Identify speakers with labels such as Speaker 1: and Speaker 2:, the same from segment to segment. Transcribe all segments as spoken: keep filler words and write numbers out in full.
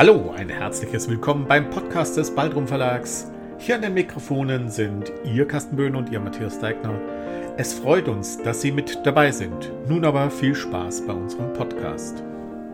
Speaker 1: Hallo, ein herzliches Willkommen beim Podcast des Baldrum Verlags. Hier an den Mikrofonen sind Ihr Carsten Böhn und Ihr Matthias Deigner. Es freut uns, dass Sie mit dabei sind. Nun aber viel Spaß bei unserem Podcast.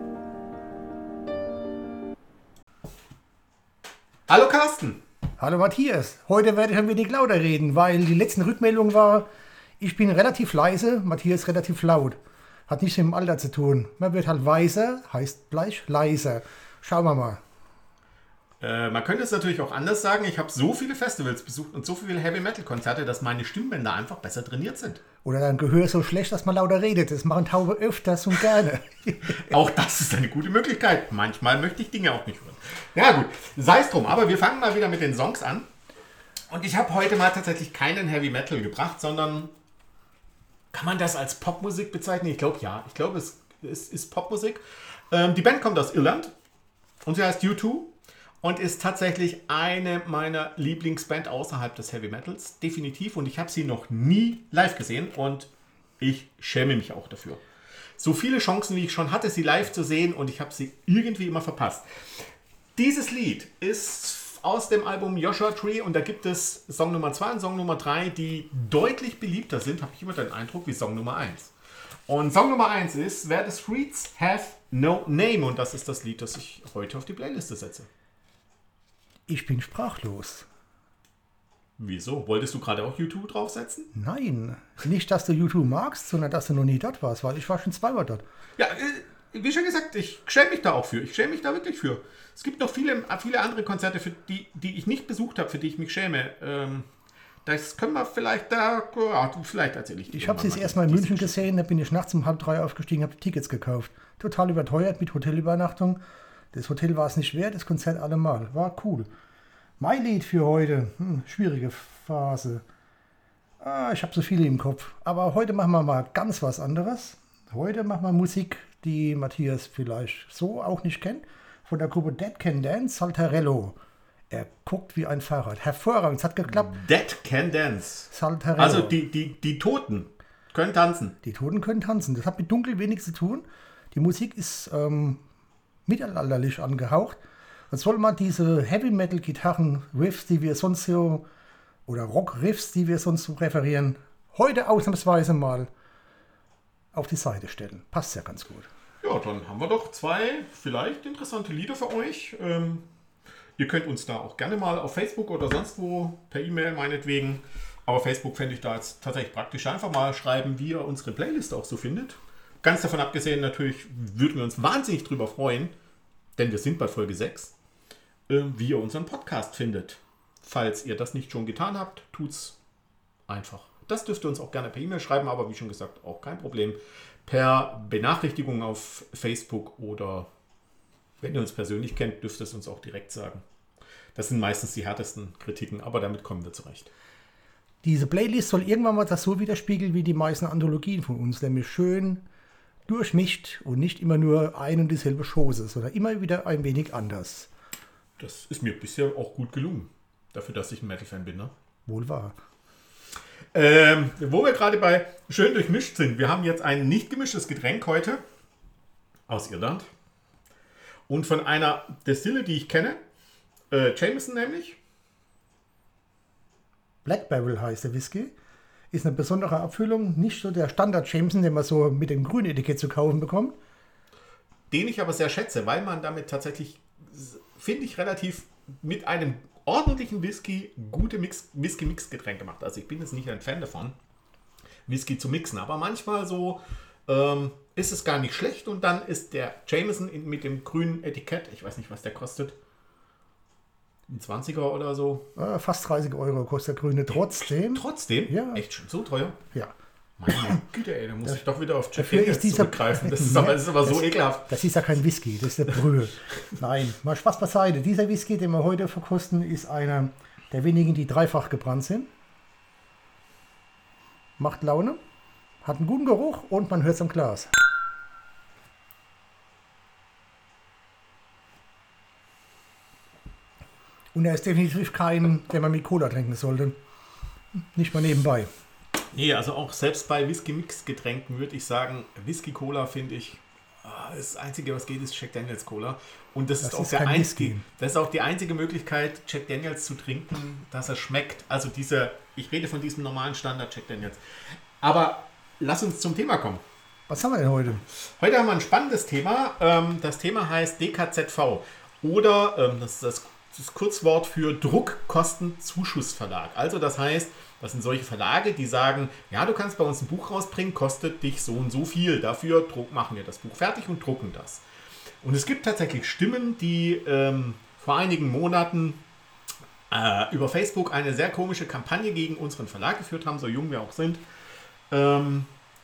Speaker 1: Hallo Carsten.
Speaker 2: Hallo Matthias. Heute werde ich ein wenig lauter reden, weil die letzte Rückmeldung war, ich bin relativ leise, Matthias relativ laut. Hat nichts mit dem Alter zu tun. Man wird halt weiser, heißt gleich leiser. Schauen wir mal.
Speaker 1: Äh, man könnte es natürlich auch anders sagen. Ich habe so viele Festivals besucht und so viele Heavy-Metal-Konzerte, dass meine Stimmbänder einfach besser trainiert sind.
Speaker 2: Oder dein Gehör so schlecht, dass man lauter redet. Das machen Taube öfters und gerne.
Speaker 1: Auch das ist eine gute Möglichkeit. Manchmal möchte ich Dinge auch nicht hören. Ja gut, sei es drum. Aber wir fangen mal wieder mit den Songs an. Und ich habe heute mal tatsächlich keinen Heavy-Metal gebracht, sondern kann man das als Popmusik bezeichnen? Ich glaube ja. Ich glaube, es, es ist Popmusik. Ähm, die Band kommt aus Irland. Und sie heißt U zwei und ist tatsächlich eine meiner Lieblingsband außerhalb des Heavy Metals. Definitiv. Und ich habe sie noch nie live gesehen und ich schäme mich auch dafür. So viele Chancen, wie ich schon hatte, sie live zu sehen und ich habe sie irgendwie immer verpasst. Dieses Lied ist aus dem Album Joshua Tree und da gibt es Song Nummer zwei und Song Nummer drei, die deutlich beliebter sind, habe ich immer den Eindruck, wie Song Nummer eins. Und Song Nummer eins ist Where the Streets Have No Name. Und das ist das Lied, das ich heute auf die Playliste setze.
Speaker 2: Ich bin sprachlos.
Speaker 1: Wieso? Wolltest du gerade auch U zwei draufsetzen?
Speaker 2: Nein, nicht, dass du U zwei magst, sondern dass du noch nie dort warst, weil ich war schon zweimal dort.
Speaker 1: Ja, wie schon gesagt, ich schäme mich da auch für. Ich schäme mich da wirklich für. Es gibt noch viele, viele andere Konzerte, für die, die ich nicht besucht habe, für die ich mich schäme. Ähm, Das können wir vielleicht da, ja, vielleicht erzähle ich.
Speaker 2: Ich habe sie jetzt erstmal in München gesehen, da bin ich nachts um halb drei aufgestiegen, habe Tickets gekauft. Total überteuert mit Hotelübernachtung. Das Hotel war es nicht wert, das Konzert allemal. War cool. Mein Lied für heute, hm, schwierige Phase. Ah, ich habe so viele im Kopf. Aber heute machen wir mal ganz was anderes. Heute machen wir Musik, die Matthias vielleicht so auch nicht kennt. Von der Gruppe Dead Can Dance, Saltarello. Er guckt wie ein Fahrrad. Hervorragend, es hat geklappt.
Speaker 1: Dead Can Dance.
Speaker 2: Saltarello.
Speaker 1: Also die, die, die Toten können tanzen.
Speaker 2: Die Toten können tanzen. Das hat mit Dunkel wenig zu tun. Die Musik ist ähm, mittelalterlich angehaucht. Und soll man diese Heavy-Metal-Gitarren-Riffs, die wir sonst so, oder Rock-Riffs, die wir sonst so präferieren, heute ausnahmsweise mal auf die Seite stellen. Passt ja ganz gut.
Speaker 1: Ja, dann haben wir doch zwei vielleicht interessante Lieder für euch. Ähm Ihr könnt uns da auch gerne mal auf Facebook oder sonst wo per E-Mail meinetwegen, aber Facebook fände ich da jetzt tatsächlich praktisch, einfach mal schreiben, wie ihr unsere Playlist auch so findet. Ganz davon abgesehen natürlich würden wir uns wahnsinnig drüber freuen, denn wir sind bei Folge sechs, äh, wie ihr unseren Podcast findet. Falls ihr das nicht schon getan habt, tut's einfach. Das dürft ihr uns auch gerne per E-Mail schreiben, aber wie schon gesagt, auch kein Problem. Per Benachrichtigung auf Facebook oder wenn ihr uns persönlich kennt, dürft ihr es uns auch direkt sagen. Das sind meistens die härtesten Kritiken, aber damit kommen wir zurecht.
Speaker 2: Diese Playlist soll irgendwann mal das so widerspiegeln wie die meisten Anthologien von uns, nämlich schön durchmischt und nicht immer nur ein und dieselbe Chose, sondern immer wieder ein wenig anders.
Speaker 1: Das ist mir bisher auch gut gelungen, dafür, dass ich ein Metal-Fan bin. Ne?
Speaker 2: Wohl wahr.
Speaker 1: Ähm, wo wir gerade bei schön durchmischt sind, wir haben jetzt ein nicht gemischtes Getränk heute aus Irland. Und von einer Destille, die ich kenne, äh, Jameson nämlich.
Speaker 2: Black Barrel heißt der Whisky. Ist eine besondere Abfüllung, nicht so der Standard Jameson, den man so mit dem grünen Etikett zu kaufen bekommt.
Speaker 1: Den ich aber sehr schätze, weil man damit tatsächlich, finde ich, relativ mit einem ordentlichen Whisky gute Mix, Whisky-Mix-Getränke macht. Also ich bin jetzt nicht ein Fan davon, Whisky zu mixen, aber manchmal so ähm, ist es gar nicht schlecht und dann ist der Jameson in, mit dem grünen Etikett, ich weiß nicht, was der kostet, ein zwanziger oder so.
Speaker 2: Äh, fast dreißig Euro kostet der grüne trotzdem.
Speaker 1: Trotzdem?
Speaker 2: Ja.
Speaker 1: Echt schon so teuer?
Speaker 2: Ja.
Speaker 1: Meine Güte, ey, da muss ich doch wieder auf Jack
Speaker 2: Dafür ist dieser
Speaker 1: zurückgreifen. Das ist aber, das ist aber so
Speaker 2: das,
Speaker 1: ekelhaft.
Speaker 2: Das ist ja kein Whisky, das ist eine Brühe. Nein, mal Spaß beiseite. Dieser Whisky, den wir heute verkosten, ist einer der wenigen, die dreifach gebrannt sind. Macht Laune, hat einen guten Geruch und man hört es am Glas. Und er ist definitiv kein, den man mit Cola trinken sollte. Nicht mal nebenbei.
Speaker 1: Nee, also auch selbst bei Whisky-Mix-Getränken würde ich sagen, Whisky-Cola finde ich Das Einzige, was geht, ist Jack Daniels Cola. Und das,
Speaker 2: Das
Speaker 1: ist, auch
Speaker 2: ist
Speaker 1: der
Speaker 2: kein
Speaker 1: einzige,
Speaker 2: Whisky.
Speaker 1: das ist auch die einzige Möglichkeit, Jack Daniels zu trinken, dass er schmeckt. Also dieser, ich rede von diesem normalen Standard Jack Daniels. Aber lass uns zum Thema kommen.
Speaker 2: Was haben wir denn heute?
Speaker 1: Heute haben wir ein spannendes Thema. Ähm, Das Thema heißt D K Z V oder ähm, das ist das, das Kurzwort für Druckkostenzuschussverlag. Also das heißt, das sind solche Verlage, die sagen, ja, du kannst bei uns ein Buch rausbringen, kostet dich so und so viel. Dafür druck, machen wir das Buch fertig und drucken das. Und es gibt tatsächlich Stimmen, die ähm, vor einigen Monaten äh, über Facebook eine sehr komische Kampagne gegen unseren Verlag geführt haben, so jung wir auch sind. Ähm,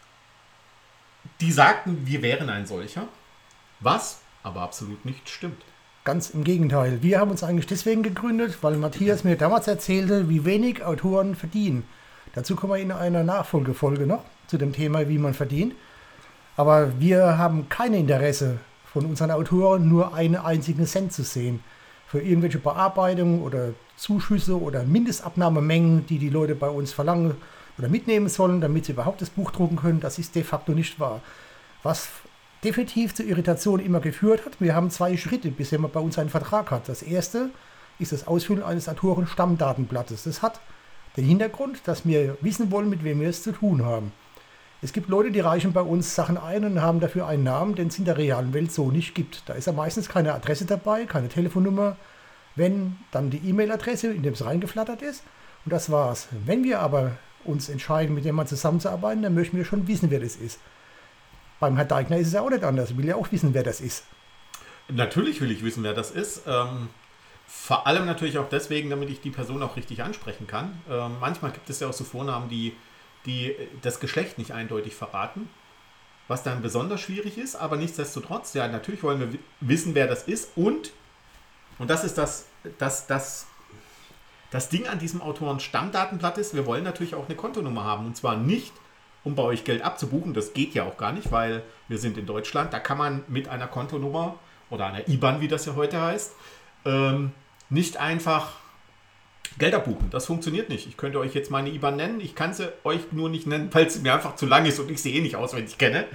Speaker 1: die sagten, wir wären ein solcher, was aber absolut nicht stimmt.
Speaker 2: Ganz im Gegenteil. Wir haben uns eigentlich deswegen gegründet, weil Matthias mir damals erzählte, wie wenig Autoren verdienen. Dazu kommen wir in einer Nachfolgefolge noch zu dem Thema, wie man verdient. Aber wir haben kein Interesse von unseren Autoren, nur einen einzigen Cent zu sehen. Für irgendwelche Bearbeitungen oder Zuschüsse oder Mindestabnahmemengen, die die Leute bei uns verlangen oder mitnehmen sollen, damit sie überhaupt das Buch drucken können, das ist de facto nicht wahr. Was definitiv zur Irritation immer geführt hat. Wir haben zwei Schritte, bis man bei uns einen Vertrag hat. Das erste ist das Ausfüllen eines Autoren-Stammdatenblattes. Das hat den Hintergrund, dass wir wissen wollen, mit wem wir es zu tun haben. Es gibt Leute, die reichen bei uns Sachen ein und haben dafür einen Namen, den es in der realen Welt so nicht gibt. Da ist ja meistens keine Adresse dabei, keine Telefonnummer. Wenn, dann die E-Mail-Adresse, in dem es reingeflattert ist. Und das war's. Wenn wir aber uns entscheiden, mit jemandem zusammenzuarbeiten, dann möchten wir schon wissen, wer das ist. Beim Herrn Deigner ist es ja auch nicht anders. Ich will ja auch wissen, wer das ist.
Speaker 1: Natürlich will ich wissen, wer das ist. Ähm, vor allem natürlich auch deswegen, damit ich die Person auch richtig ansprechen kann. Ähm, manchmal gibt es ja auch so Vornamen, die, die das Geschlecht nicht eindeutig verraten, was dann besonders schwierig ist. Aber nichtsdestotrotz, ja, natürlich wollen wir wissen, wer das ist. Und, und das ist das, das, das, das Ding an diesem Autoren-Stammdatenblatt ist, wir wollen natürlich auch eine Kontonummer haben. Und zwar nicht, um bei euch Geld abzubuchen. Das geht ja auch gar nicht, weil wir sind in Deutschland. Da kann man mit einer Kontonummer oder einer I B A N, wie das ja heute heißt, ähm, nicht einfach Geld abbuchen. Das funktioniert nicht. Ich könnte euch jetzt meine I B A N nennen. Ich kann sie euch nur nicht nennen, weil sie mir einfach zu lang ist und ich sie eh nicht auswendig kenne.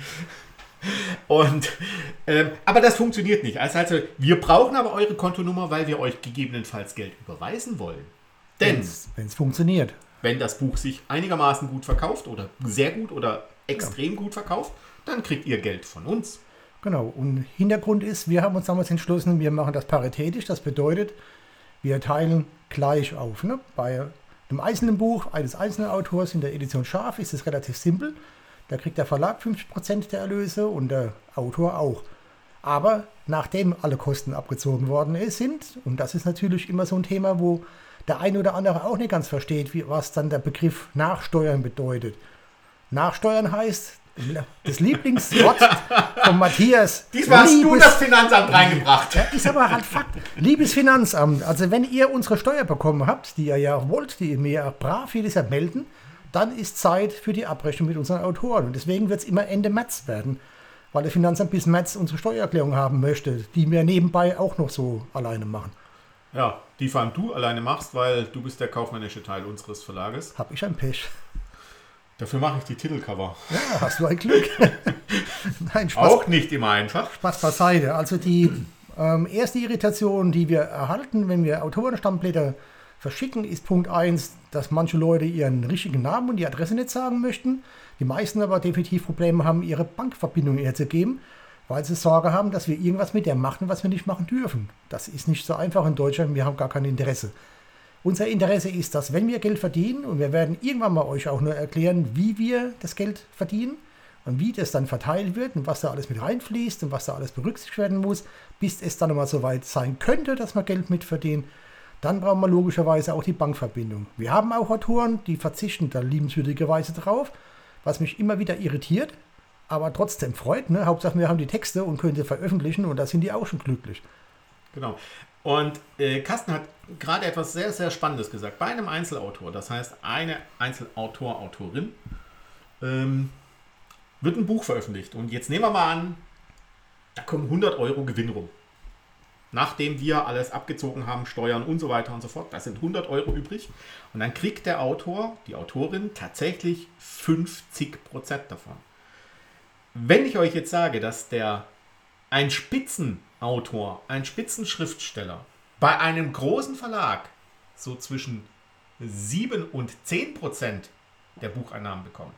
Speaker 1: Und, ähm, aber das funktioniert nicht. Also, also wir brauchen aber eure Kontonummer, weil wir euch gegebenenfalls Geld überweisen wollen. Denn
Speaker 2: wenn es funktioniert.
Speaker 1: Wenn das Buch sich einigermaßen gut verkauft oder sehr gut oder extrem ja. gut verkauft, dann kriegt ihr Geld von uns.
Speaker 2: Genau. Und Hintergrund ist, wir haben uns damals entschlossen, wir machen das paritätisch. Das bedeutet, wir teilen gleich auf. Ne? Bei einem einzelnen Buch eines einzelnen Autors in der Edition Scharf ist es relativ simpel. Da kriegt der Verlag fünfzig Prozent der Erlöse und der Autor auch. Aber nachdem alle Kosten abgezogen worden sind, und das ist natürlich immer so ein Thema, wo der eine oder andere auch nicht ganz versteht, wie, was dann der Begriff Nachsteuern bedeutet. Nachsteuern heißt, das Lieblingswort von Matthias.
Speaker 1: Diesmal hast du das Finanzamt reingebracht.
Speaker 2: Ja, ist aber halt Fakt. Liebes Finanzamt, also wenn ihr unsere Steuer bekommen habt, die ihr ja wollt, die ihr mir ja brav jedes Jahr melden, dann ist Zeit für die Abrechnung mit unseren Autoren. Und deswegen wird es immer Ende März werden, weil das Finanzamt bis März unsere Steuererklärung haben möchte, die wir nebenbei auch noch so alleine machen.
Speaker 1: Ja, die vor allem du alleine machst, weil du bist der kaufmännische Teil unseres Verlages.
Speaker 2: Hab ich ein Pech.
Speaker 1: Dafür mache ich die Titelcover.
Speaker 2: Ja, hast du ein Glück. Nein, Spaß.
Speaker 1: Auch nicht immer einfach.
Speaker 2: Spaß beiseite. Also die ähm, erste Irritation, die wir erhalten, wenn wir Autorenstammblätter verschicken, ist Punkt eins, dass manche Leute ihren richtigen Namen und die Adresse nicht sagen möchten. Die meisten aber definitiv Probleme haben, ihre Bankverbindung herzugeben, weil sie Sorge haben, dass wir irgendwas mit der machen, was wir nicht machen dürfen. Das ist nicht so einfach in Deutschland, wir haben gar kein Interesse. Unser Interesse ist, dass wenn wir Geld verdienen, und wir werden irgendwann mal euch auch nur erklären, wie wir das Geld verdienen und wie das dann verteilt wird und was da alles mit reinfließt und was da alles berücksichtigt werden muss, bis es dann mal so weit sein könnte, dass wir Geld mitverdienen, dann brauchen wir logischerweise auch die Bankverbindung. Wir haben auch Autoren, die verzichten da liebenswürdigerweise drauf, was mich immer wieder irritiert, aber trotzdem freut. Ne? Hauptsache wir haben die Texte und können sie veröffentlichen und da sind die auch schon glücklich.
Speaker 1: Genau. Und äh, Carsten hat gerade etwas sehr, sehr Spannendes gesagt. Bei einem Einzelautor, das heißt eine Einzelautor, Autorin, ähm, wird ein Buch veröffentlicht. Und jetzt nehmen wir mal an, da kommen hundert Euro Gewinn rum. Nachdem wir alles abgezogen haben, Steuern und so weiter und so fort, da sind hundert Euro übrig. Und dann kriegt der Autor, die Autorin, tatsächlich fünfzig Prozent davon. Wenn ich euch jetzt sage, dass der ein Spitzenautor, ein Spitzenschriftsteller bei einem großen Verlag so zwischen sieben und zehn Prozent der Bucheinnahmen bekommt.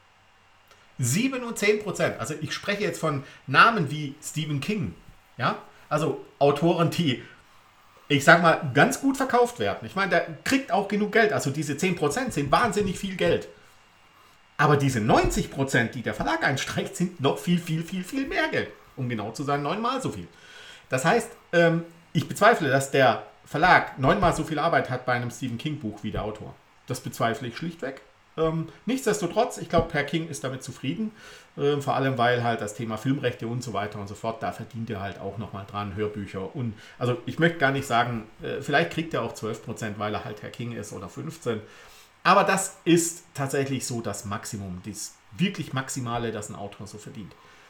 Speaker 1: sieben und zehn Prozent. Also ich spreche jetzt von Namen wie Stephen King. Ja? Also Autoren, die, ich sag mal, ganz gut verkauft werden. Ich meine, der kriegt auch genug Geld. Also diese zehn Prozent sind wahnsinnig viel Geld. Aber diese neunzig Prozent, die der Verlag einstreicht, sind noch viel, viel, viel, viel mehr Geld. Um genau zu sein, neunmal so viel. Das heißt, ähm, ich bezweifle, dass der Verlag neunmal so viel Arbeit hat bei einem Stephen King Buch wie der Autor. Das bezweifle ich schlichtweg. Ähm, nichtsdestotrotz, ich glaube, Herr King ist damit zufrieden. Ähm, vor allem, weil halt das Thema Filmrechte und so weiter und so fort, da verdient er halt auch nochmal dran, Hörbücher. Und also ich möchte gar nicht sagen, äh, vielleicht kriegt er auch zwölf Prozent, weil er halt Herr King ist oder fünfzehn Prozent. Aber das ist tatsächlich so das Maximum, das wirklich Maximale, das ein Autor so verdient.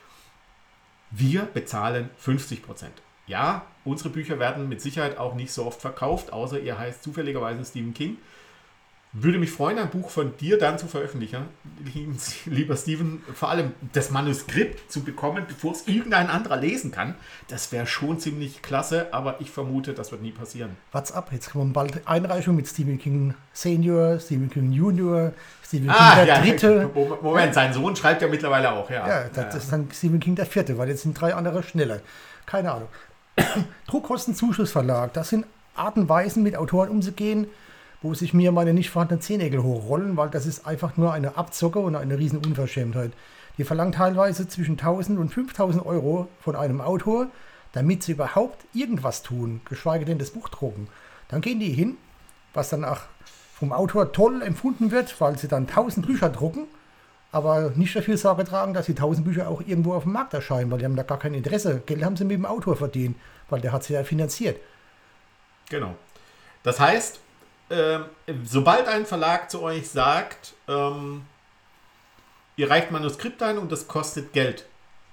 Speaker 1: Wir bezahlen fünfzig Prozent. Ja, unsere Bücher werden mit Sicherheit auch nicht so oft verkauft, außer ihr heißt zufälligerweise Stephen King. Würde mich freuen, ein Buch von dir dann zu veröffentlichen, lieber Steven, vor allem das Manuskript zu bekommen, bevor es irgendein anderer lesen kann. Das wäre schon ziemlich klasse, aber ich vermute, das wird nie passieren.
Speaker 2: What's up? Jetzt kommen bald Einreichungen mit Stephen King Senior, Stephen King Junior, Stephen King
Speaker 1: ah,
Speaker 2: der
Speaker 1: ja,
Speaker 2: Dritte.
Speaker 1: Moment, sein Sohn schreibt ja mittlerweile auch, ja.
Speaker 2: Ja, das ja. ist dann Stephen King der Vierte, weil jetzt sind drei andere schneller. Keine Ahnung. Druckkostenzuschussverlag, das sind Arten und Weisen, mit Autoren umzugehen, wo sich mir meine nicht vorhandenen Zehennägel hochrollen, weil das ist einfach nur eine Abzocke und eine riesen Unverschämtheit. Die verlangen teilweise zwischen tausend und fünftausend Euro von einem Autor, damit sie überhaupt irgendwas tun, geschweige denn das Buch drucken. Dann gehen die hin, was dann auch vom Autor toll empfunden wird, weil sie dann tausend Bücher drucken, aber nicht dafür Sorge tragen, dass die tausend Bücher auch irgendwo auf dem Markt erscheinen, weil die haben da gar kein Interesse. Geld haben sie mit dem Autor verdient, weil der hat sie ja finanziert.
Speaker 1: Genau. Das heißt, ähm, sobald ein Verlag zu euch sagt, ähm, ihr reicht Manuskript ein und das kostet Geld,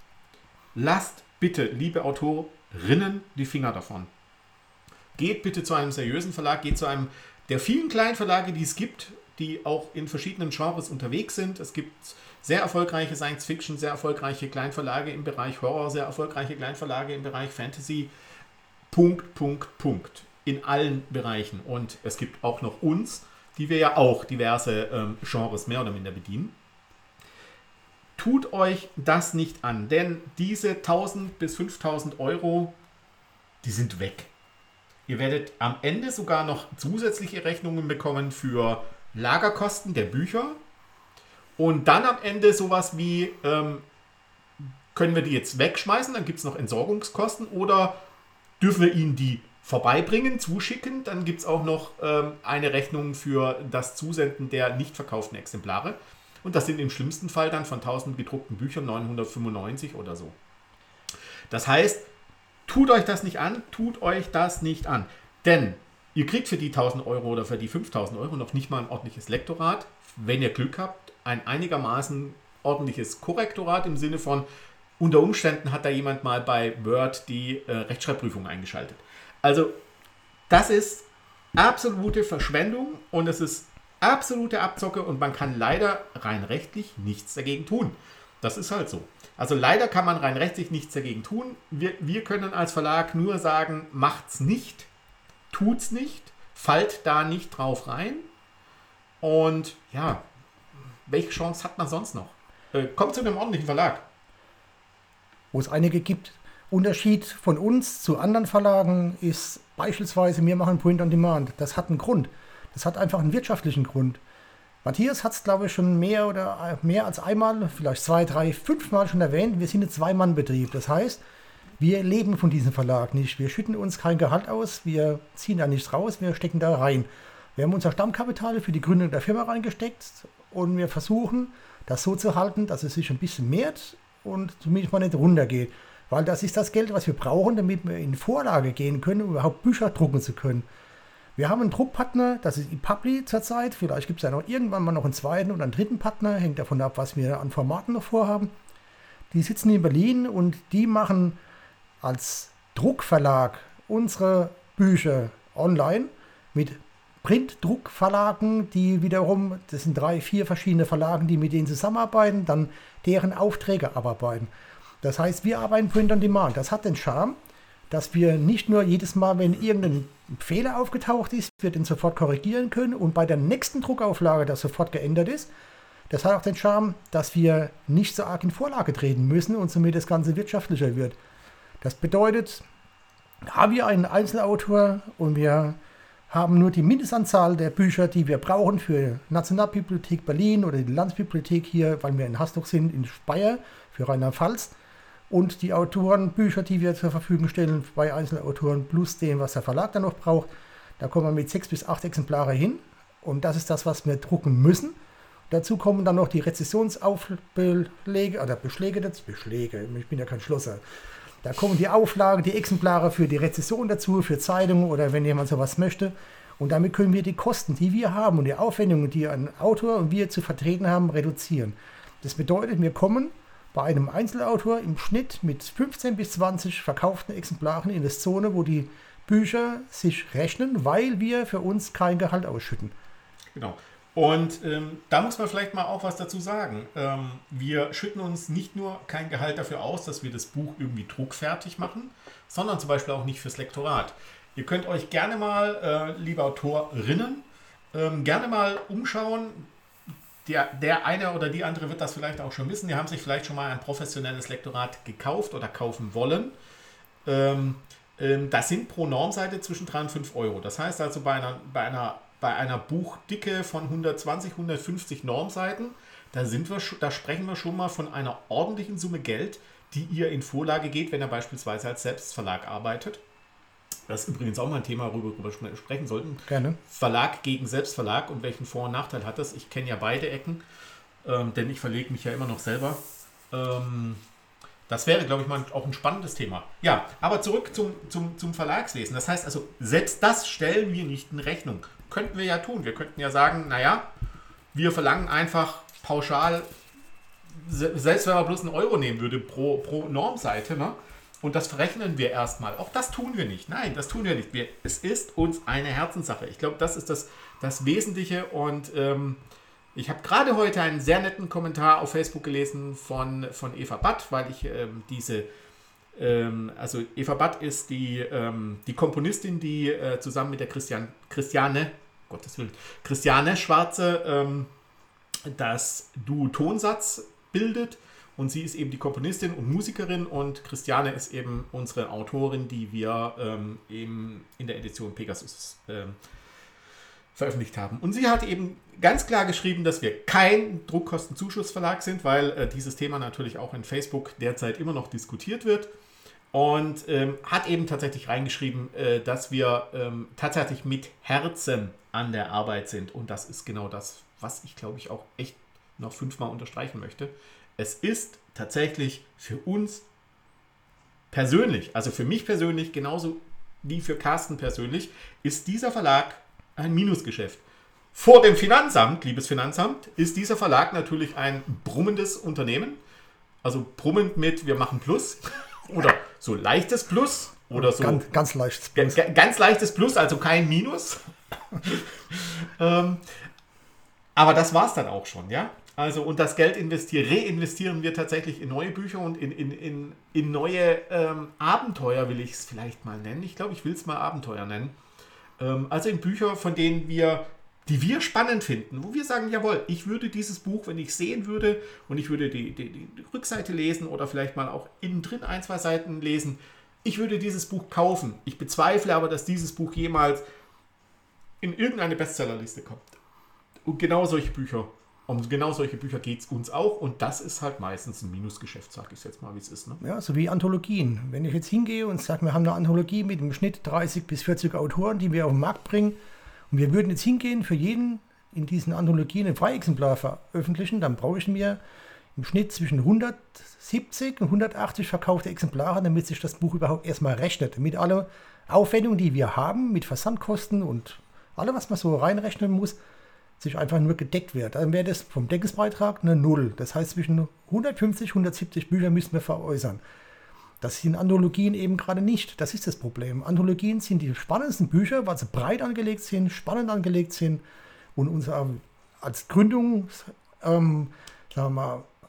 Speaker 1: lasst bitte, liebe Autorinnen, die Finger davon. Geht bitte zu einem seriösen Verlag, geht zu einem der vielen kleinen Verlage, die es gibt, die auch in verschiedenen Genres unterwegs sind. Es gibt sehr erfolgreiche Science-Fiction, sehr erfolgreiche Kleinverlage im Bereich Horror, sehr erfolgreiche Kleinverlage im Bereich Fantasy. Punkt, Punkt, Punkt. In allen Bereichen. Und es gibt auch noch uns, die wir ja auch diverse ähm, Genres mehr oder minder bedienen. Tut euch das nicht an, denn diese tausend bis fünftausend Euro, die sind weg. Ihr werdet am Ende sogar noch zusätzliche Rechnungen bekommen für Lagerkosten der Bücher und dann am Ende sowas wie, ähm, können wir die jetzt wegschmeißen, dann gibt es noch Entsorgungskosten oder dürfen wir ihnen die vorbeibringen, zuschicken, dann gibt es auch noch ähm, eine Rechnung für das Zusenden der nicht verkauften Exemplare und das sind im schlimmsten Fall dann von tausend gedruckten Büchern neunhundertfünfundneunzig oder so. Das heißt, tut euch das nicht an, tut euch das nicht an, denn ihr kriegt für die tausend Euro oder für die fünftausend Euro noch nicht mal ein ordentliches Lektorat. Wenn ihr Glück habt, ein einigermaßen ordentliches Korrektorat im Sinne von, unter Umständen hat da jemand mal bei Word die äh, Rechtschreibprüfung eingeschaltet. Also das ist absolute Verschwendung und es ist absolute Abzocke und man kann leider rein rechtlich nichts dagegen tun. Das ist halt so. Also leider kann man rein rechtlich nichts dagegen tun. Wir, wir können als Verlag nur sagen, macht's nicht. Tut's nicht, fallt da nicht drauf rein. Und ja, welche Chance hat man sonst noch? Äh, kommt zu einem ordentlichen Verlag.
Speaker 2: Wo es einige gibt. Unterschied von uns zu anderen Verlagen ist beispielsweise, wir machen Print on Demand. Das hat einen Grund. Das hat einfach einen wirtschaftlichen Grund. Matthias hat es, glaube ich, schon mehr oder mehr als einmal, vielleicht zwei, drei, fünf Mal schon erwähnt. Wir sind ein Zwei-Mann-Betrieb. Das heißt, wir leben von diesem Verlag nicht. Wir schütten uns kein Gehalt aus, wir ziehen da nichts raus, wir stecken da rein. Wir haben unser Stammkapital für die Gründung der Firma reingesteckt und wir versuchen, das so zu halten, dass es sich ein bisschen mehrt und zumindest mal nicht runtergeht. Weil das ist das Geld, was wir brauchen, damit wir in Vorlage gehen können, um überhaupt Bücher drucken zu können. Wir haben einen Druckpartner, das ist ePubli zurzeit. Vielleicht gibt es ja noch irgendwann mal noch einen zweiten oder einen dritten Partner, hängt davon ab, was wir an Formaten noch vorhaben. Die sitzen in Berlin und die machen als Druckverlag unsere Bücher online mit Printdruckverlagen, die wiederum, das sind drei, vier verschiedene Verlagen, die mit denen zusammenarbeiten, dann deren Aufträge abarbeiten. Das heißt, wir arbeiten Print on Demand. Das hat den Charme, dass wir nicht nur jedes Mal, wenn irgendein Fehler aufgetaucht ist, wir den sofort korrigieren können und bei der nächsten Druckauflage das sofort geändert ist. Das hat auch den Charme, dass wir nicht so arg in Vorlage treten müssen und somit das Ganze wirtschaftlicher wird. Das bedeutet, haben wir einen Einzelautor und wir haben nur die Mindestanzahl der Bücher, die wir brauchen für Nationalbibliothek Berlin oder die Landesbibliothek hier, weil wir in Hasdruck sind, in Speyer für Rheinland-Pfalz. Und die Autorenbücher, die wir zur Verfügung stellen bei Einzelautoren, plus dem, was der Verlag dann noch braucht, da kommen wir mit sechs bis acht Exemplare hin. Und das ist das, was wir drucken müssen. Dazu kommen dann noch die Rezessionsaufbelege, oder Beschläge, das Beschläge, ich bin ja kein Schlosser. Da kommen die Auflagen, die Exemplare für die Rezession dazu, für Zeitungen oder wenn jemand sowas möchte. Und damit können wir die Kosten, die wir haben und die Aufwendungen, die ein Autor und wir zu vertreten haben, reduzieren. Das bedeutet, wir kommen bei einem Einzelautor im Schnitt mit fünfzehn bis zwanzig verkauften Exemplaren in das Zone, wo die Bücher sich rechnen, weil wir für uns kein Gehalt ausschütten.
Speaker 1: Genau. Und ähm, da muss man vielleicht mal auch was dazu sagen. Ähm, wir schütten uns nicht nur kein Gehalt dafür aus, dass wir das Buch irgendwie druckfertig machen, sondern zum Beispiel auch nicht fürs Lektorat. Ihr könnt euch gerne mal, äh, liebe Autorinnen, ähm, gerne mal umschauen. Der, der eine oder die andere wird das vielleicht auch schon wissen. Die haben sich vielleicht schon mal ein professionelles Lektorat gekauft oder kaufen wollen. Ähm, ähm, das sind pro Normseite zwischen drei und fünf Euro. Das heißt also bei einer, bei einer Bei einer Buchdicke von hundertzwanzig, hundertfünfzig Normseiten, da, sind wir, da sprechen wir schon mal von einer ordentlichen Summe Geld, die ihr in Vorlage geht, wenn ihr beispielsweise als Selbstverlag arbeitet. Das ist übrigens auch mal ein Thema, worüber wir sprechen sollten.
Speaker 2: Gerne.
Speaker 1: Verlag gegen Selbstverlag und welchen Vor- und Nachteil hat das? Ich kenne ja beide Ecken, ähm, denn ich verlege mich ja immer noch selber. Ähm, Das wäre, glaube ich, mal auch ein spannendes Thema. Ja, aber zurück zum, zum, zum Verlagswesen. Das heißt also, selbst das stellen wir nicht in Rechnung. Könnten wir ja tun. Wir könnten ja sagen, naja, wir verlangen einfach pauschal, selbst wenn man bloß einen Euro nehmen würde pro, pro Normseite, ne? Und das verrechnen wir erstmal. Auch das tun wir nicht. Nein, das tun wir nicht. Wir, es ist uns eine Herzenssache. Ich glaube, das ist das, das Wesentliche. Und ähm, ich habe gerade heute einen sehr netten Kommentar auf Facebook gelesen von, von Eva Batt, weil ich ähm, diese, ähm, also Eva Batt ist die, ähm, die Komponistin, die äh, zusammen mit der Christian, Christiane, Gottes Willen, Christiane Schwarze ähm, das Duo Tonsatz bildet. Und sie ist eben die Komponistin und Musikerin und Christiane ist eben unsere Autorin, die wir ähm, eben in der Edition Pegasus ähm, veröffentlicht haben. Und sie hat eben ganz klar geschrieben, dass wir kein Druckkostenzuschussverlag sind, weil äh, dieses Thema natürlich auch in Facebook derzeit immer noch diskutiert wird. Und ähm, hat eben tatsächlich reingeschrieben, äh, dass wir ähm, tatsächlich mit Herzen an der Arbeit sind. Und das ist genau das, was ich glaube ich auch echt noch fünfmal unterstreichen möchte. Es ist tatsächlich für uns persönlich, also für mich persönlich, genauso wie für Carsten persönlich, ist dieser Verlag ein Minusgeschäft. Vor dem Finanzamt, liebes Finanzamt, ist dieser Verlag natürlich ein brummendes Unternehmen. Also brummend mit, wir machen Plus oder so leichtes Plus oder so.
Speaker 2: Ganz, ganz leichtes Plus.
Speaker 1: G- ganz leichtes Plus, also kein Minus. ähm, aber das war es dann auch schon, ja. Also und das Geld investieren, reinvestieren wir tatsächlich in neue Bücher und in, in, in, in neue ähm, Abenteuer, will ich es vielleicht mal nennen. Ich glaube, ich will es mal Abenteuer nennen. Ähm, also in Bücher, von denen wir, die wir spannend finden, wo wir sagen, jawohl, ich würde dieses Buch, wenn ich es sehen würde und ich würde die, die, die Rückseite lesen oder vielleicht mal auch innen drin ein, zwei Seiten lesen, ich würde dieses Buch kaufen. Ich bezweifle aber, dass dieses Buch jemals in irgendeine Bestsellerliste kommt. Und genau solche Bücher Um genau solche Bücher geht es uns auch und das ist halt meistens ein Minusgeschäft, sage ich jetzt mal, wie es ist. Ne?
Speaker 2: Ja, so wie Anthologien. Wenn ich jetzt hingehe und sage, wir haben eine Anthologie mit im Schnitt dreißig bis vierzig Autoren, die wir auf den Markt bringen und wir würden jetzt hingehen, für jeden in diesen Anthologien ein Freiexemplar veröffentlichen, dann brauche ich mir im Schnitt zwischen hundertsiebzig und hundertachtzig verkaufte Exemplare, damit sich das Buch überhaupt erstmal rechnet. Mit aller Aufwendung, die wir haben, mit Versandkosten und allem, was man so reinrechnen muss, sich einfach nur gedeckt wird. Dann wäre das vom Deckungsbeitrag eine Null. Das heißt, zwischen hundertfünfzig, hundertsiebzig Bücher müssen wir veräußern. Das sind Anthologien eben gerade nicht. Das ist das Problem. Anthologien sind die spannendsten Bücher, weil sie breit angelegt sind, spannend angelegt sind und uns als Gründungs, ähm, sagen wir mal,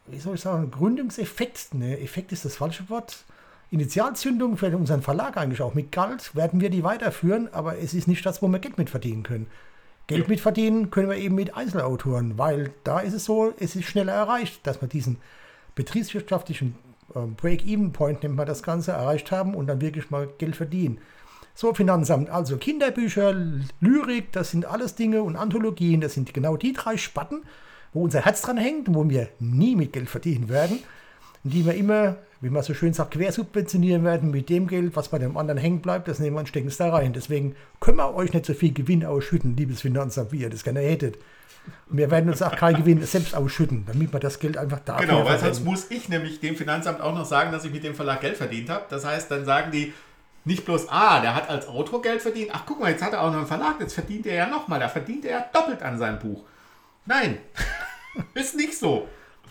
Speaker 2: wie soll ich sagen, Gründungseffekt, ne, Effekt ist das falsche Wort, Initialzündung für unseren Verlag eigentlich auch mit Geld, werden wir die weiterführen, aber es ist nicht das, wo wir Geld mit verdienen können. Geld
Speaker 1: Ja.
Speaker 2: mitverdienen können wir eben mit Einzelautoren, weil da ist es so, es ist schneller erreicht, dass wir diesen betriebswirtschaftlichen äh, Break-Even-Point, nennt man das Ganze, erreicht haben und dann wirklich mal Geld verdienen. So, Finanzamt, also Kinderbücher, Lyrik, das sind alles Dinge und Anthologien, das sind genau die drei Spatten, wo unser Herz dran hängt und wo wir nie mit Geld verdienen werden. Und die wir immer, wie man so schön sagt, quersubventionieren werden mit dem Geld, was bei dem anderen hängen bleibt, das nehmen wir und stecken es da rein. Deswegen können wir euch nicht so viel Gewinn ausschütten, liebes Finanzamt, wie ihr das gerne hättet. Und wir werden uns auch keinen Gewinn selbst ausschütten, damit wir das Geld einfach da
Speaker 1: Genau, weil sonst muss ich nämlich dem Finanzamt auch noch sagen, dass ich mit dem Verlag Geld verdient habe. Das heißt, dann sagen die nicht bloß, ah, der hat als Autor Geld verdient. Ach, guck mal, jetzt hat er auch noch einen Verlag, jetzt verdient er ja nochmal. Da verdient er ja doppelt an seinem Buch. Nein, ist nicht so.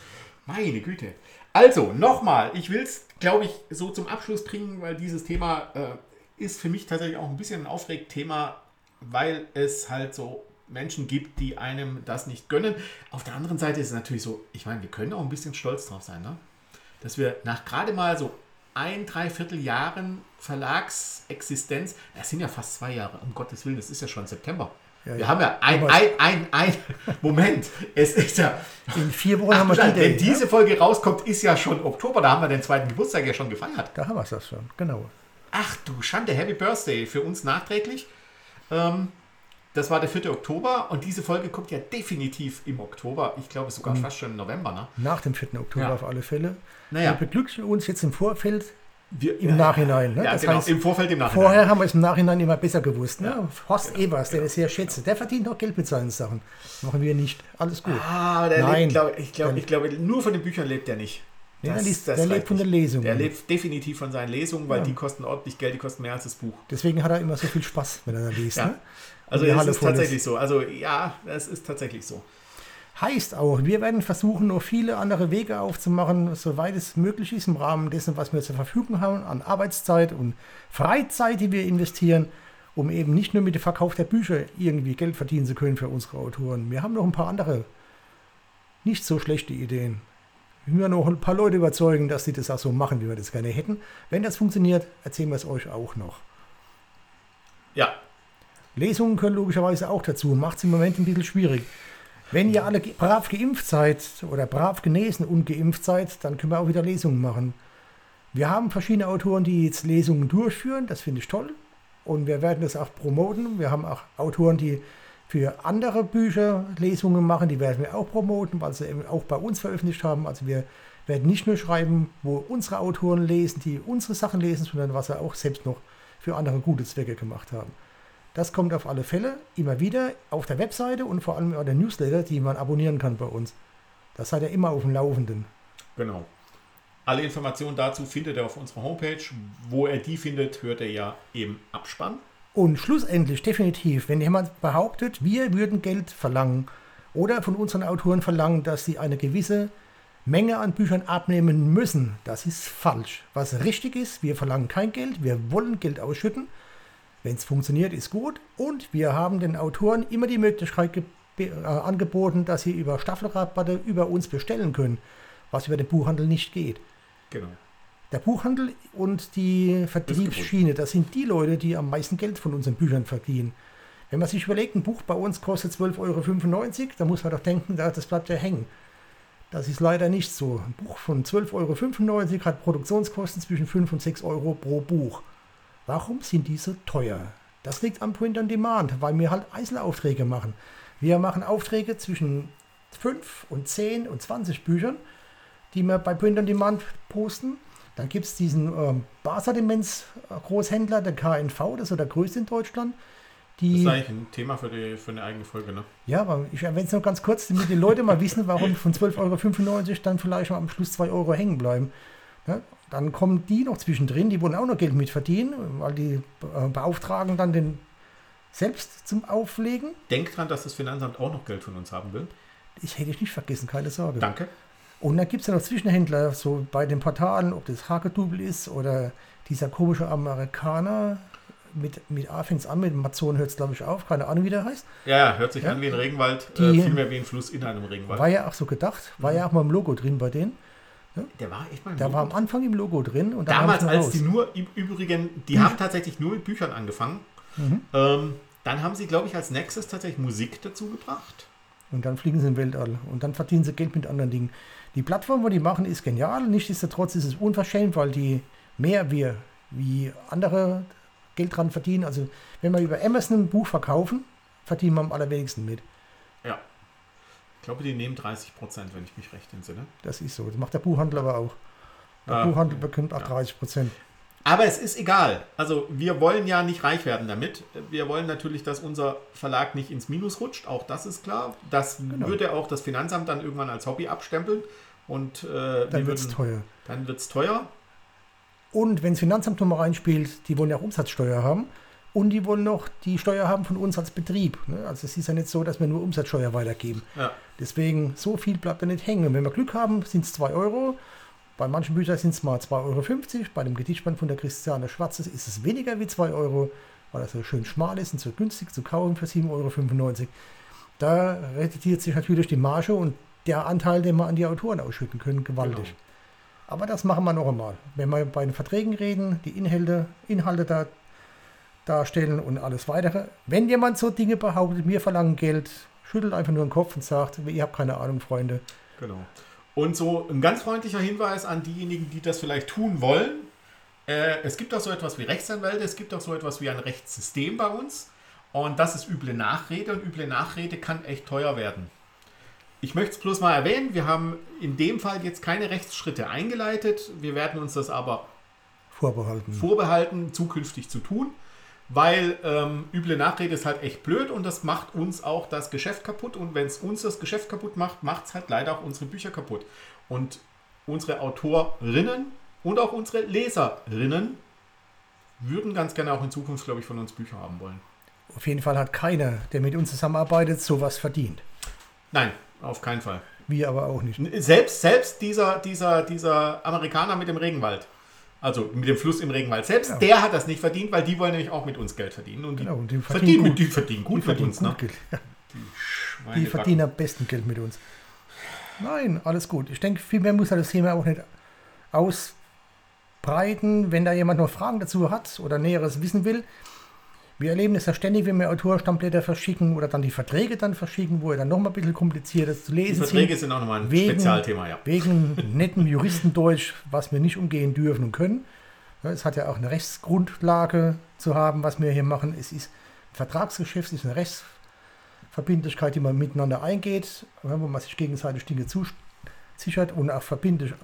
Speaker 1: Meine Güte. Also, nochmal, ich will es, glaube ich, so zum Abschluss bringen, weil dieses Thema äh, ist für mich tatsächlich auch ein bisschen ein Aufregthema, weil es halt so Menschen gibt, die einem das nicht gönnen. Auf der anderen Seite ist es natürlich so, ich meine, wir können auch ein bisschen stolz drauf sein, ne? Dass wir nach gerade mal so ein, dreiviertel Jahren Verlagsexistenz, das sind ja fast zwei Jahre, um Gottes Willen, das ist ja schon September. Ja, wir ja. haben ja ein, ein, ein, ein, Moment, es ist ja,
Speaker 2: in vier Wochen haben wir
Speaker 1: die Wenn
Speaker 2: ja?
Speaker 1: diese Folge rauskommt, ist ja schon Oktober, da haben wir den zweiten Geburtstag ja schon gefeiert.
Speaker 2: Da haben wir es das schon, genau.
Speaker 1: Ach du Schande, Happy Birthday für uns nachträglich. Ähm, das war der vierte Oktober und diese Folge kommt ja definitiv im Oktober, ich glaube sogar mhm. fast schon im November. Ne?
Speaker 2: Nach dem vierten Oktober ja. auf alle Fälle.
Speaker 1: Naja.
Speaker 2: Wir beglücklichen uns jetzt im Vorfeld,
Speaker 1: Wir,
Speaker 2: im Nachhinein. Ne?
Speaker 1: Ja,
Speaker 2: das
Speaker 1: genau,
Speaker 2: heißt,
Speaker 1: im Vorfeld, im Nachhinein.
Speaker 2: Vorher haben wir es im Nachhinein immer besser gewusst. Ne?
Speaker 1: Ja.
Speaker 2: Horst
Speaker 1: Genau,
Speaker 2: Evers,
Speaker 1: genau.
Speaker 2: den ich sehr schätze, der verdient noch Geld mit seinen Sachen. Machen wir nicht. Alles gut.
Speaker 1: Ah, der
Speaker 2: Nein.
Speaker 1: lebt, glaub, ich glaube, ich glaub, nur von den Büchern lebt er nicht.
Speaker 2: Nee,
Speaker 1: Das,
Speaker 2: der liest,
Speaker 1: das
Speaker 2: der lebt von den Lesungen.
Speaker 1: Der lebt definitiv von seinen Lesungen, weil
Speaker 2: Ja.
Speaker 1: die kosten ordentlich Geld, die kosten mehr als das Buch.
Speaker 2: Deswegen hat er immer so viel Spaß, wenn er da liest.
Speaker 1: Ja.
Speaker 2: Ne?
Speaker 1: Also
Speaker 2: die
Speaker 1: es
Speaker 2: Halle
Speaker 1: ist
Speaker 2: voll
Speaker 1: tatsächlich
Speaker 2: ist.
Speaker 1: so. Also ja, es ist tatsächlich so.
Speaker 2: Heißt auch, wir werden versuchen, noch viele andere Wege aufzumachen, soweit es möglich ist, im Rahmen dessen, was wir zur Verfügung haben, an Arbeitszeit und Freizeit, die wir investieren, um eben nicht nur mit dem Verkauf der Bücher irgendwie Geld verdienen zu können für unsere Autoren. Wir haben noch ein paar andere nicht so schlechte Ideen. Wir müssen noch ein paar Leute überzeugen, dass sie das auch so machen, wie wir das gerne hätten. Wenn das funktioniert, erzählen wir es euch auch noch.
Speaker 1: Ja.
Speaker 2: Lesungen können logischerweise auch dazu. Macht es im Moment ein bisschen schwierig. Wenn ihr alle ge- brav geimpft seid oder brav genesen und geimpft seid, dann können wir auch wieder Lesungen machen. Wir haben verschiedene Autoren, die jetzt Lesungen durchführen. Das finde ich toll. Und wir werden das auch promoten. Wir haben auch Autoren, die für andere Bücher Lesungen machen. Die werden wir auch promoten, weil sie eben auch bei uns veröffentlicht haben. Also wir werden nicht nur schreiben, wo unsere Autoren lesen, die unsere Sachen lesen, sondern was sie auch selbst noch für andere gute Zwecke gemacht haben. Das kommt auf alle Fälle immer wieder auf der Webseite und vor allem auf der Newsletter, die man abonnieren kann bei uns. Das seid ihr immer auf dem Laufenden.
Speaker 1: Genau. Alle Informationen dazu findet ihr auf unserer Homepage. Wo ihr die findet, hört ihr ja im Abspann.
Speaker 2: Und schlussendlich definitiv, wenn jemand behauptet, wir würden Geld verlangen oder von unseren Autoren verlangen, dass sie eine gewisse Menge an Büchern abnehmen müssen, das ist falsch. Was richtig ist, wir verlangen kein Geld, wir wollen Geld ausschütten. Wenn es funktioniert, ist gut. Und wir haben den Autoren immer die Möglichkeit ge- äh, angeboten, dass sie über Staffelrabatte über uns bestellen können, was über den Buchhandel nicht geht.
Speaker 1: Genau.
Speaker 2: Der Buchhandel und die Vertriebsschiene, das sind die Leute, die am meisten Geld von unseren Büchern verdienen. Wenn man sich überlegt, ein Buch bei uns kostet zwölf Euro fünfundneunzig, dann muss man doch denken, das bleibt ja hängen. Das ist leider nicht so. Ein Buch von zwölf Euro fünfundneunzig hat Produktionskosten zwischen fünf und sechs Euro pro Buch. Warum sind die so teuer? Das liegt am Print on Demand, weil wir halt Einzelaufträge machen. Wir machen Aufträge zwischen fünf und zehn und zwanzig Büchern, die wir bei Print on Demand posten. Dann gibt es diesen ähm, Barsortiments-Großhändler, der K N V, das ist so der größte in Deutschland. Die,
Speaker 1: das ist eigentlich ein Thema für, die, für eine eigene Folge, ne?
Speaker 2: Ja, aber ich erwähne es noch ganz kurz, damit die Leute mal wissen, warum von zwölf Euro fünfundneunzig dann vielleicht mal am Schluss zwei Euro hängen bleiben. Ja, dann kommen die noch zwischendrin, die wollen auch noch Geld mit verdienen, weil die äh, beauftragen dann den selbst zum Auflegen.
Speaker 1: Denk dran, dass das Finanzamt auch noch Geld von uns haben will.
Speaker 2: Ich hätte ich nicht vergessen, keine Sorge.
Speaker 1: Danke.
Speaker 2: Und dann gibt es ja noch Zwischenhändler, so bei den Portalen, ob das Hagedubel ist oder dieser komische Amerikaner, mit, mit A fängt es an, mit Amazon hört es, glaube ich, auf. Keine Ahnung, wie der heißt.
Speaker 1: Ja, hört sich
Speaker 2: ja?
Speaker 1: an wie ein Regenwald,
Speaker 2: Die,
Speaker 1: äh, vielmehr wie ein Fluss in einem Regenwald.
Speaker 2: War ja auch so gedacht, war
Speaker 1: mhm.
Speaker 2: ja auch mal im Logo drin bei denen. Ja?
Speaker 1: Der war echt mal im
Speaker 2: Der
Speaker 1: Logo.
Speaker 2: war am Anfang im Logo drin. Und dann
Speaker 1: damals, als
Speaker 2: raus.
Speaker 1: die nur, im Übrigen, die mhm. haben tatsächlich nur mit Büchern angefangen. Mhm. Ähm, dann haben sie, glaube ich, als Nexus tatsächlich Musik dazu gebracht.
Speaker 2: Und dann fliegen sie in den Weltall. Und dann verdienen sie Geld mit anderen Dingen. Die Plattform, wo die machen, ist genial. Nichtsdestotrotz ist es unverschämt, weil die mehr wir wie andere Geld dran verdienen. Also wenn wir über Amazon ein Buch verkaufen, verdienen wir am allerwenigsten mit.
Speaker 1: Ja. Ich glaube, die nehmen dreißig Prozent, wenn ich mich recht entsinne.
Speaker 2: Das ist so. Das macht der Buchhandel aber auch. Der ah, Buchhandel bekommt auch ja. dreißig Prozent.
Speaker 1: Aber es ist egal. Also wir wollen ja nicht reich werden damit. Wir wollen natürlich, dass unser Verlag nicht ins Minus rutscht. Auch das ist klar. Das genau. würde auch das Finanzamt dann irgendwann als Hobby abstempeln. Und äh,
Speaker 2: dann wird es teuer.
Speaker 1: Dann wird es teuer.
Speaker 2: Und wenn das Finanzamt nochmal reinspielt, die wollen ja auch Umsatzsteuer haben. Und die wollen noch die Steuer haben von uns als Betrieb. Also es ist ja nicht so, dass wir nur Umsatzsteuer weitergeben. Ja. Deswegen, so viel bleibt da nicht hängen. Und wenn wir Glück haben, sind es zwei Euro. Bei manchen Büchern sind es mal zwei Euro fünfzig. Bei dem Gedichtband von der Christiane Schwarzes ist es weniger wie zwei Euro, weil das so schön schmal ist und so günstig zu kaufen für sieben Euro fünfundneunzig. Da reduziert sich natürlich die Marge und der Anteil, den wir an die Autoren ausschütten können, gewaltig. Genau. Aber das machen wir noch einmal. Wenn wir bei den Verträgen reden, die Inhalte, Inhalte da darstellen und alles weitere. Wenn jemand so Dinge behauptet, wir verlangen Geld, schüttelt einfach nur den Kopf und sagt, ihr habt keine Ahnung, Freunde.
Speaker 1: Genau. Und so ein ganz freundlicher Hinweis an diejenigen, die das vielleicht tun wollen. Äh, es gibt auch so etwas wie Rechtsanwälte, es gibt auch so etwas wie ein Rechtssystem bei uns. Und das ist üble Nachrede und üble Nachrede kann echt teuer werden. Ich möchte es bloß mal erwähnen, wir haben in dem Fall jetzt keine Rechtsschritte eingeleitet. Wir werden uns das aber
Speaker 2: vorbehalten,
Speaker 1: vorbehalten zukünftig zu tun. Weil ähm, üble Nachrede ist halt echt blöd und das macht uns auch das Geschäft kaputt. Und wenn es uns das Geschäft kaputt macht, macht es halt leider auch unsere Bücher kaputt. Und unsere Autorinnen und auch unsere Leserinnen würden ganz gerne auch in Zukunft, glaube ich, von uns Bücher haben wollen.
Speaker 2: Auf jeden Fall hat keiner, der mit uns zusammenarbeitet, sowas verdient.
Speaker 1: Nein, auf keinen Fall.
Speaker 2: Wir aber auch nicht.
Speaker 1: Selbst, selbst dieser, dieser, dieser Amerikaner mit dem Regenwald. Also mit dem Fluss im Regenwald. Selbst ja. der hat das nicht verdient, weil die wollen nämlich auch mit uns Geld verdienen. Und die, genau, und die verdienen, verdienen, gut. Die verdienen gut die
Speaker 2: verdienen
Speaker 1: mit uns.
Speaker 2: Gut
Speaker 1: Ne?
Speaker 2: Geld. Ja. Die, die verdienen am besten Geld mit uns. Nein, alles gut. Ich denke, viel mehr muss das Thema auch nicht ausbreiten. Wenn da jemand noch Fragen dazu hat oder Näheres wissen will. Wir erleben es ja ständig, wenn wir Autorstammblätter verschicken oder dann die Verträge dann verschicken, wo er dann nochmal ein bisschen komplizierter zu lesen
Speaker 1: sind. Die Verträge
Speaker 2: sind,
Speaker 1: sind auch nochmal ein
Speaker 2: wegen,
Speaker 1: Spezialthema, ja.
Speaker 2: Wegen nettem Juristendeutsch, was wir nicht umgehen dürfen und können. Ja, es hat ja auch eine Rechtsgrundlage zu haben, was wir hier machen. Es ist ein Vertragsgeschäft, es ist eine Rechtsverbindlichkeit, die man miteinander eingeht, wo man sich gegenseitig Dinge zusichert und auch verbindlich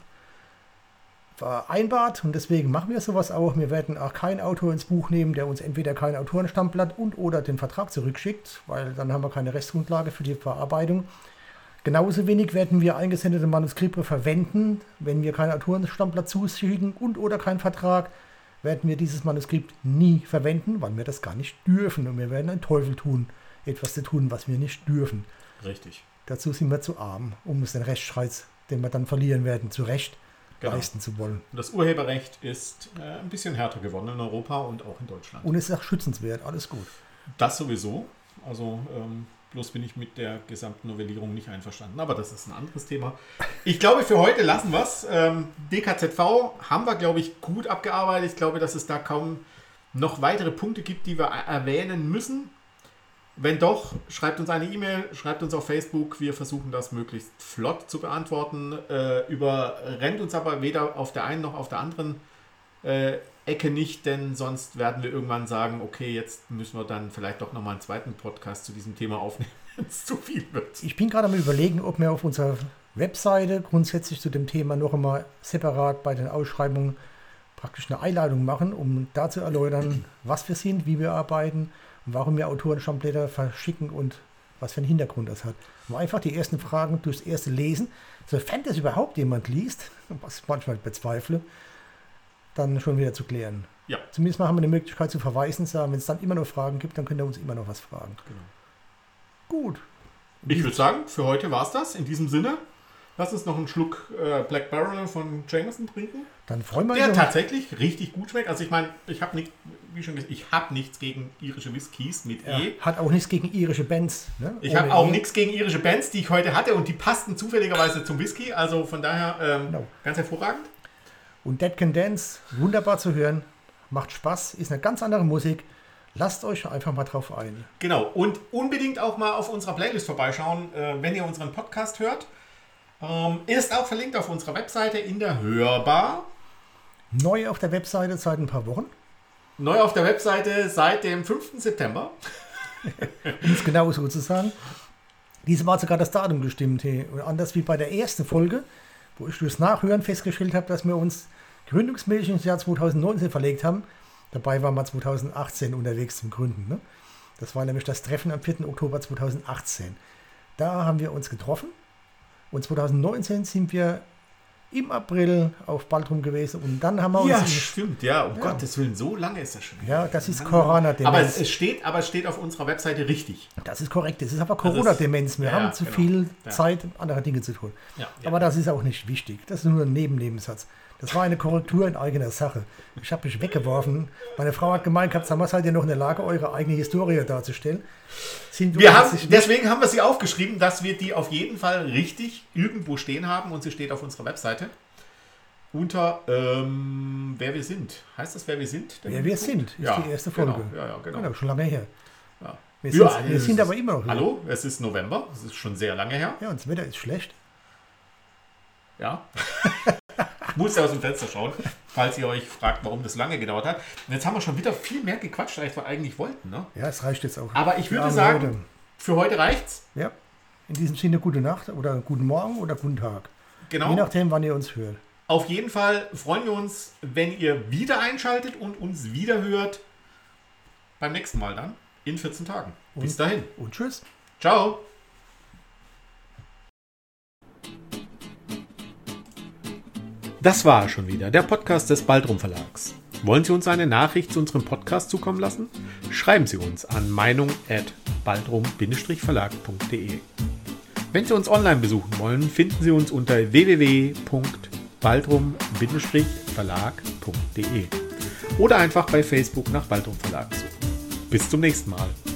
Speaker 2: vereinbart. Und deswegen machen wir sowas auch. Wir werden auch keinen Autor ins Buch nehmen, der uns entweder kein Autorenstammblatt und oder den Vertrag zurückschickt, weil dann haben wir keine Rechtsgrundlage für die Verarbeitung. Genauso wenig werden wir eingesendete Manuskripte verwenden, wenn wir kein Autorenstammblatt zuschicken und oder keinen Vertrag, werden wir dieses Manuskript nie verwenden, weil wir das gar nicht dürfen. Und wir werden einen Teufel tun, etwas zu tun, was wir nicht dürfen.
Speaker 1: Richtig.
Speaker 2: Dazu sind wir zu arm, um uns den Rechtsstreit, den wir dann verlieren werden, zu Recht
Speaker 1: genau.
Speaker 2: leisten zu wollen.
Speaker 1: Das Urheberrecht ist äh, ein bisschen härter geworden in Europa und auch in Deutschland.
Speaker 2: Und es ist auch schützenswert, alles gut.
Speaker 1: Das sowieso. Also ähm, bloß bin ich mit der gesamten Novellierung nicht einverstanden. Aber das ist ein anderes Thema. Ich glaube, für heute lassen wir es. Ähm, D K Z V haben wir, glaube ich, gut abgearbeitet. Ich glaube, dass es da kaum noch weitere Punkte gibt, die wir erwähnen müssen. Wenn doch, schreibt uns eine E-Mail, schreibt uns auf Facebook. Wir versuchen das möglichst flott zu beantworten. Äh, überrennt uns aber weder auf der einen noch auf der anderen äh, Ecke nicht, denn sonst werden wir irgendwann sagen, okay, jetzt müssen wir dann vielleicht doch nochmal einen zweiten Podcast zu diesem Thema aufnehmen, wenn es zu viel wird.
Speaker 2: Ich bin gerade am Überlegen, ob wir auf unserer Webseite grundsätzlich zu dem Thema noch einmal separat bei den Ausschreibungen praktisch eine Einladung machen, um da zu erläutern, was wir sind, wie wir arbeiten und warum wir Autorenstammblätter verschicken und was für einen Hintergrund das hat. Um einfach die ersten Fragen durchs erste Lesen, sofern das überhaupt jemand liest, was ich manchmal bezweifle, dann schon wieder zu klären.
Speaker 1: Ja.
Speaker 2: Zumindest mal haben wir eine Möglichkeit zu verweisen, sagen, wenn es dann immer noch Fragen gibt, dann könnt ihr uns immer noch was fragen.
Speaker 1: Genau. Gut. Ich würde sagen, für heute war es das. In diesem Sinne, lass uns noch einen Schluck äh, Black Barrel von Jameson trinken.
Speaker 2: Dann freuen wir uns.
Speaker 1: Der tatsächlich richtig gut schmeckt. Also ich meine, ich habe nicht, wie schon gesagt, ich habe nichts gegen irische Whiskys mit
Speaker 2: Ja,
Speaker 1: E.
Speaker 2: hat auch nichts gegen irische Bands. Ne?
Speaker 1: Ich
Speaker 2: Ohne
Speaker 1: habe auch
Speaker 2: E.
Speaker 1: nichts gegen irische Bands, die ich heute hatte und die passten zufälligerweise zum Whisky. Also von daher ähm,
Speaker 2: Genau.
Speaker 1: ganz hervorragend.
Speaker 2: Und Dead Can Dance, wunderbar zu hören, macht Spaß, ist eine ganz andere Musik. Lasst euch einfach mal drauf ein.
Speaker 1: Genau, und unbedingt auch mal auf unserer Playlist vorbeischauen, äh, wenn ihr unseren Podcast hört. Ähm, ist auch verlinkt auf unserer Webseite in der Hörbar.
Speaker 2: Neu auf der Webseite seit ein paar Wochen.
Speaker 1: Neu auf der Webseite seit dem fünften September.
Speaker 2: Um es genau so zu sagen. Diese war sogar das Datum gestimmt. Hey. Und anders wie bei der ersten Folge, wo ich durchs Nachhören festgestellt habe, dass wir uns gründungsmäßig ins Jahr zweitausendneunzehn verlegt haben. Dabei waren wir zweitausendachtzehn unterwegs zum Gründen. Ne? Das war nämlich das Treffen am vierten Oktober zweitausendachtzehn. Da haben wir uns getroffen. Und zweitausendneunzehn sind wir im April auf Baltrum gewesen. Und dann haben wir uns...
Speaker 1: Ja,
Speaker 2: in-
Speaker 1: stimmt, ja, um
Speaker 2: Ja.
Speaker 1: Gottes Willen, so lange ist das schon.
Speaker 2: ja, das ist
Speaker 1: Mann.
Speaker 2: Corona-Demenz.
Speaker 1: Aber es, es, steht, aber es steht auf unserer Webseite richtig.
Speaker 2: Das ist korrekt. Das ist aber
Speaker 1: Das ist-
Speaker 2: Corona-Demenz. Wir
Speaker 1: ja,
Speaker 2: haben
Speaker 1: ja,
Speaker 2: zu
Speaker 1: genau.
Speaker 2: viel
Speaker 1: Ja.
Speaker 2: Zeit, andere Dinge zu tun.
Speaker 1: Ja, ja.
Speaker 2: Aber das ist auch nicht wichtig. Das ist nur ein Nebennebensatz. Das war eine Korrektur in eigener Sache. Ich habe mich weggeworfen. Meine Frau hat gemeint, gehabt, sag mal, seid ihr noch in der Lage, eure eigene Historie darzustellen? Sind
Speaker 1: Wir haben,
Speaker 2: offensichtlich-
Speaker 1: deswegen haben wir sie aufgeschrieben, dass wir die auf jeden Fall richtig irgendwo stehen haben und sie steht auf unserer Webseite. Unter ähm, Wer wir sind. Heißt das, wer wir sind?
Speaker 2: Wer wir sind, ist die erste Folge.
Speaker 1: Genau, ja, ja, genau.
Speaker 2: Genau, schon lange her.
Speaker 1: Ja.
Speaker 2: Wir
Speaker 1: Ja,
Speaker 2: sind, wir
Speaker 1: es
Speaker 2: sind
Speaker 1: ist-
Speaker 2: aber immer noch.
Speaker 1: Hallo, es ist November, es ist schon sehr lange her.
Speaker 2: Ja, und das Wetter ist schlecht.
Speaker 1: Ja. Ich muss aus dem Fenster schauen, falls ihr euch fragt, warum das lange gedauert hat. Und jetzt haben wir schon wieder viel mehr gequatscht, als wir eigentlich wollten. Ne?
Speaker 2: Ja, es reicht jetzt auch.
Speaker 1: Aber ich würde
Speaker 2: Ja,
Speaker 1: sagen,
Speaker 2: Leute.
Speaker 1: für heute reicht's.
Speaker 2: Ja, in diesem Sinne gute Nacht oder guten Morgen oder guten Tag. Je
Speaker 1: Genau.
Speaker 2: nachdem, wann ihr uns hört.
Speaker 1: Auf jeden Fall freuen wir uns, wenn ihr wieder einschaltet und uns wieder hört. Beim nächsten Mal dann in vierzehn Tagen. Bis
Speaker 2: Und-
Speaker 1: dahin.
Speaker 2: Und tschüss.
Speaker 1: Ciao. Das war schon wieder der Podcast des Baltrum Verlags. Wollen Sie uns eine Nachricht zu unserem Podcast zukommen lassen? Schreiben Sie uns an meinung at baltrum verlag punkt de. Wenn Sie uns online besuchen wollen, finden Sie uns unter w w w punkt baltrum verlag punkt de oder einfach bei Facebook nach Baltrum Verlag suchen. Bis zum nächsten Mal.